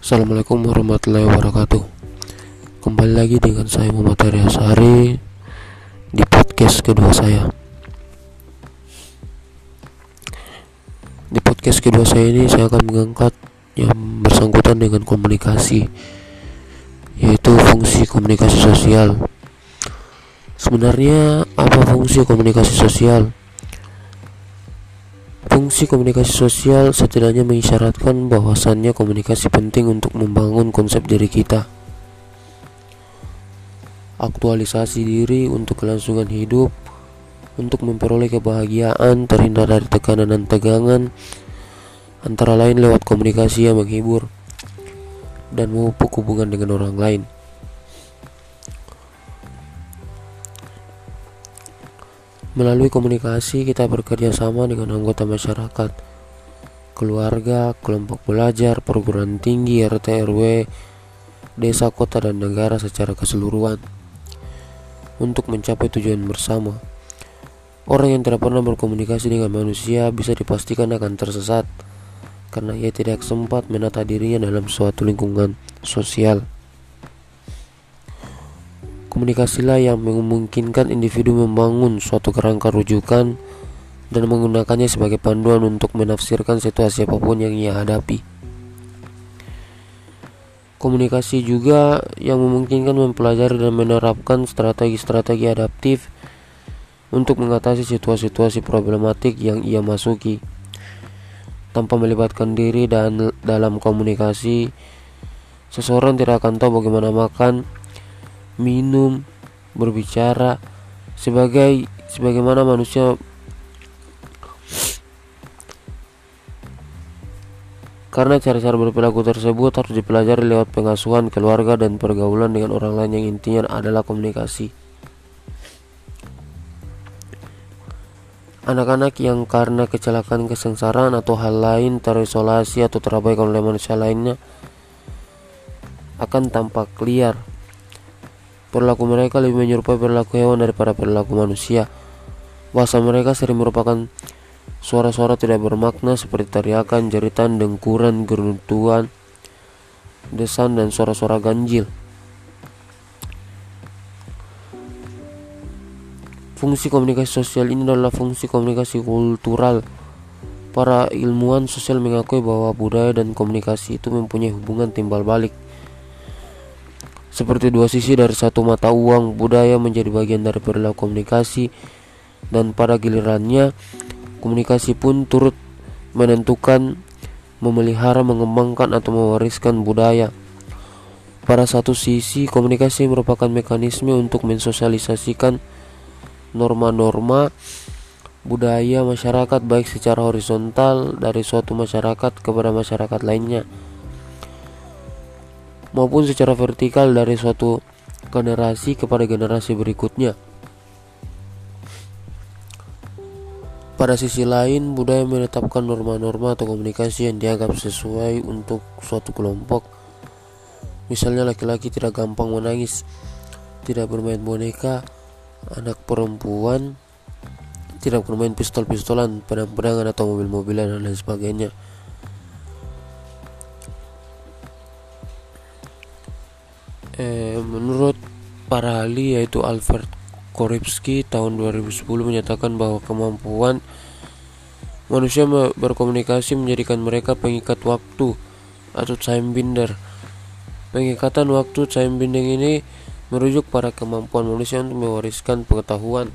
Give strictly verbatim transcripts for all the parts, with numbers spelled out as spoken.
Assalamualaikum warahmatullahi wabarakatuh. Kembali lagi dengan saya Muhammad Arya Sari di podcast kedua saya. Di podcast kedua saya ini saya akan mengangkat yang bersangkutan dengan komunikasi, yaitu fungsi komunikasi sosial. Sebenarnya apa fungsi komunikasi sosial? Fungsi komunikasi sosial setidaknya mengisyaratkan bahwasannya komunikasi penting untuk membangun konsep diri kita, aktualisasi diri untuk kelangsungan hidup, untuk memperoleh kebahagiaan, terhindar dari tekanan dan tegangan, antara lain lewat komunikasi yang menghibur dan memupuk hubungan dengan orang lain. Melalui komunikasi kita bekerja sama dengan anggota masyarakat, keluarga, kelompok belajar, perguruan tinggi, R T R W, desa, kota, dan negara secara keseluruhan untuk mencapai tujuan bersama. Orang yang tidak pernah berkomunikasi dengan manusia bisa dipastikan akan tersesat karena ia tidak sempat menata dirinya dalam suatu lingkungan sosial. Komunikasilah yang memungkinkan individu membangun suatu kerangka rujukan dan menggunakannya sebagai panduan untuk menafsirkan situasi apapun yang ia hadapi. Komunikasi juga yang memungkinkan mempelajari dan menerapkan strategi-strategi adaptif untuk mengatasi situasi-situasi problematik yang ia masuki. Tanpa melibatkan diri dan dalam komunikasi, seseorang tidak akan tahu bagaimana makan, minum, berbicara sebagai sebagaimana manusia, karena cara-cara berperilaku tersebut harus dipelajari lewat pengasuhan keluarga dan pergaulan dengan orang lain yang intinya adalah komunikasi. Anak-anak yang karena kecelakaan, kesengsaraan, atau hal lain terisolasi atau terabaikan oleh manusia lainnya akan tampak liar. Perilaku mereka lebih menyerupai perilaku hewan daripada perilaku manusia. Bahasa mereka sering merupakan suara-suara tidak bermakna seperti teriakan, jeritan, dengkuran, geruntuan, desan, dan suara-suara ganjil. Fungsi komunikasi sosial ini adalah fungsi komunikasi kultural. Para ilmuwan sosial mengakui bahwa budaya dan komunikasi itu mempunyai hubungan timbal balik. Seperti dua sisi dari satu mata uang, budaya menjadi bagian dari perilaku komunikasi, dan pada gilirannya komunikasi pun turut menentukan, memelihara, mengembangkan, atau mewariskan budaya. Pada satu sisi, komunikasi merupakan mekanisme untuk mensosialisasikan norma-norma budaya masyarakat baik secara horizontal dari suatu masyarakat kepada masyarakat lainnya, maupun secara vertikal dari suatu generasi kepada generasi berikutnya. Pada sisi lain, budaya menetapkan norma-norma atau komunikasi yang dianggap sesuai untuk suatu kelompok. Misalnya, laki-laki tidak gampang menangis, tidak bermain boneka, anak perempuan tidak bermain pistol-pistolan, pedang-pedangan, atau mobil-mobilan, dan lain sebagainya. Eh, menurut para ahli yaitu Albert Koripski tahun dua ribu sepuluh menyatakan bahwa kemampuan manusia berkomunikasi menjadikan mereka pengikat waktu atau time binder. Pengikatan waktu time binding ini merujuk pada kemampuan manusia untuk mewariskan pengetahuan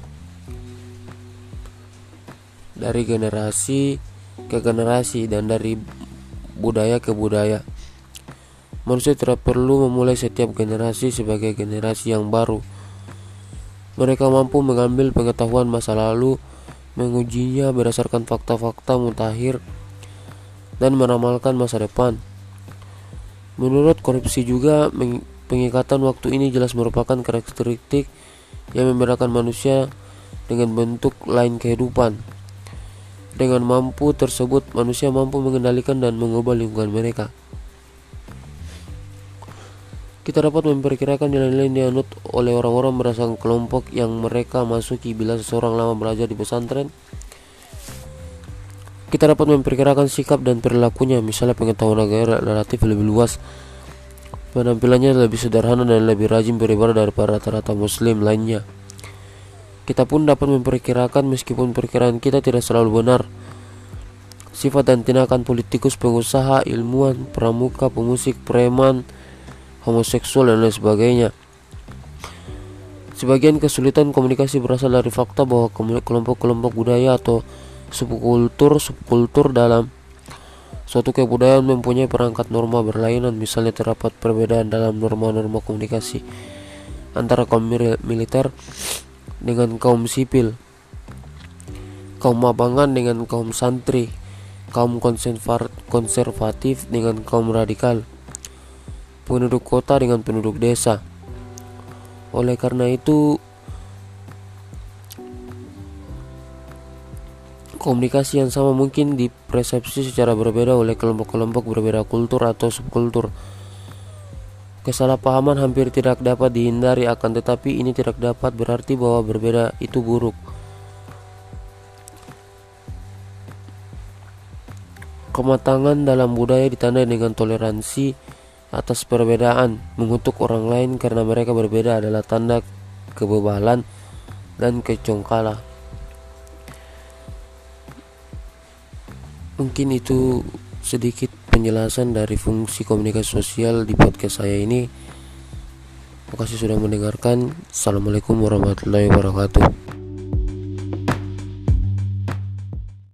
dari generasi ke generasi dan dari budaya ke budaya. Manusia tidak perlu memulai setiap generasi sebagai generasi yang baru. Mereka mampu mengambil pengetahuan masa lalu, mengujinya berdasarkan fakta-fakta mutakhir, dan meramalkan masa depan. Menurut Korupsi juga, pengikatan waktu ini jelas merupakan karakteristik yang membedakan manusia dengan bentuk lain kehidupan. Dengan mampu tersebut, manusia mampu mengendalikan dan mengubah lingkungan mereka. Kita dapat memperkirakan nilai-nilai yang dianut oleh orang-orang berdasarkan kelompok yang mereka masuki. Bila seseorang lama belajar di pesantren, Kita dapat memperkirakan sikap dan perilakunya, misalnya pengetahuan agama relatif lebih luas, penampilannya lebih sederhana dan lebih rajin beribadah daripada rata-rata muslim lainnya. Kita pun dapat memperkirakan, meskipun perkiraan kita tidak selalu benar, sifat dan tindakan politikus, pengusaha, ilmuwan, pramuka, pemusik, preman, homoseksual, dan lain sebagainya. Sebagian kesulitan komunikasi berasal dari fakta bahwa kelompok-kelompok budaya atau subkultur subkultur dalam suatu kebudayaan mempunyai perangkat norma berlainan. Misalnya terdapat perbedaan dalam norma-norma komunikasi antara kaum militer dengan kaum sipil, kaum mabangan dengan kaum santri, kaum konservatif dengan kaum radikal, penduduk kota dengan penduduk desa. Oleh karena itu, komunikasi yang sama mungkin dipersepsi secara berbeda oleh kelompok-kelompok berbeda kultur atau subkultur. Kesalahpahaman hampir tidak dapat dihindari, akan tetapi ini tidak dapat berarti bahwa berbeda itu buruk. Kematangan dalam budaya ditandai dengan toleransi atas perbedaan. Mengutuk orang lain karena mereka berbeda adalah tanda kebebalan dan kecongkalan. Mungkin itu sedikit penjelasan dari fungsi komunikasi sosial di podcast saya ini. Terima kasih sudah mendengarkan. Assalamualaikum warahmatullahi wabarakatuh.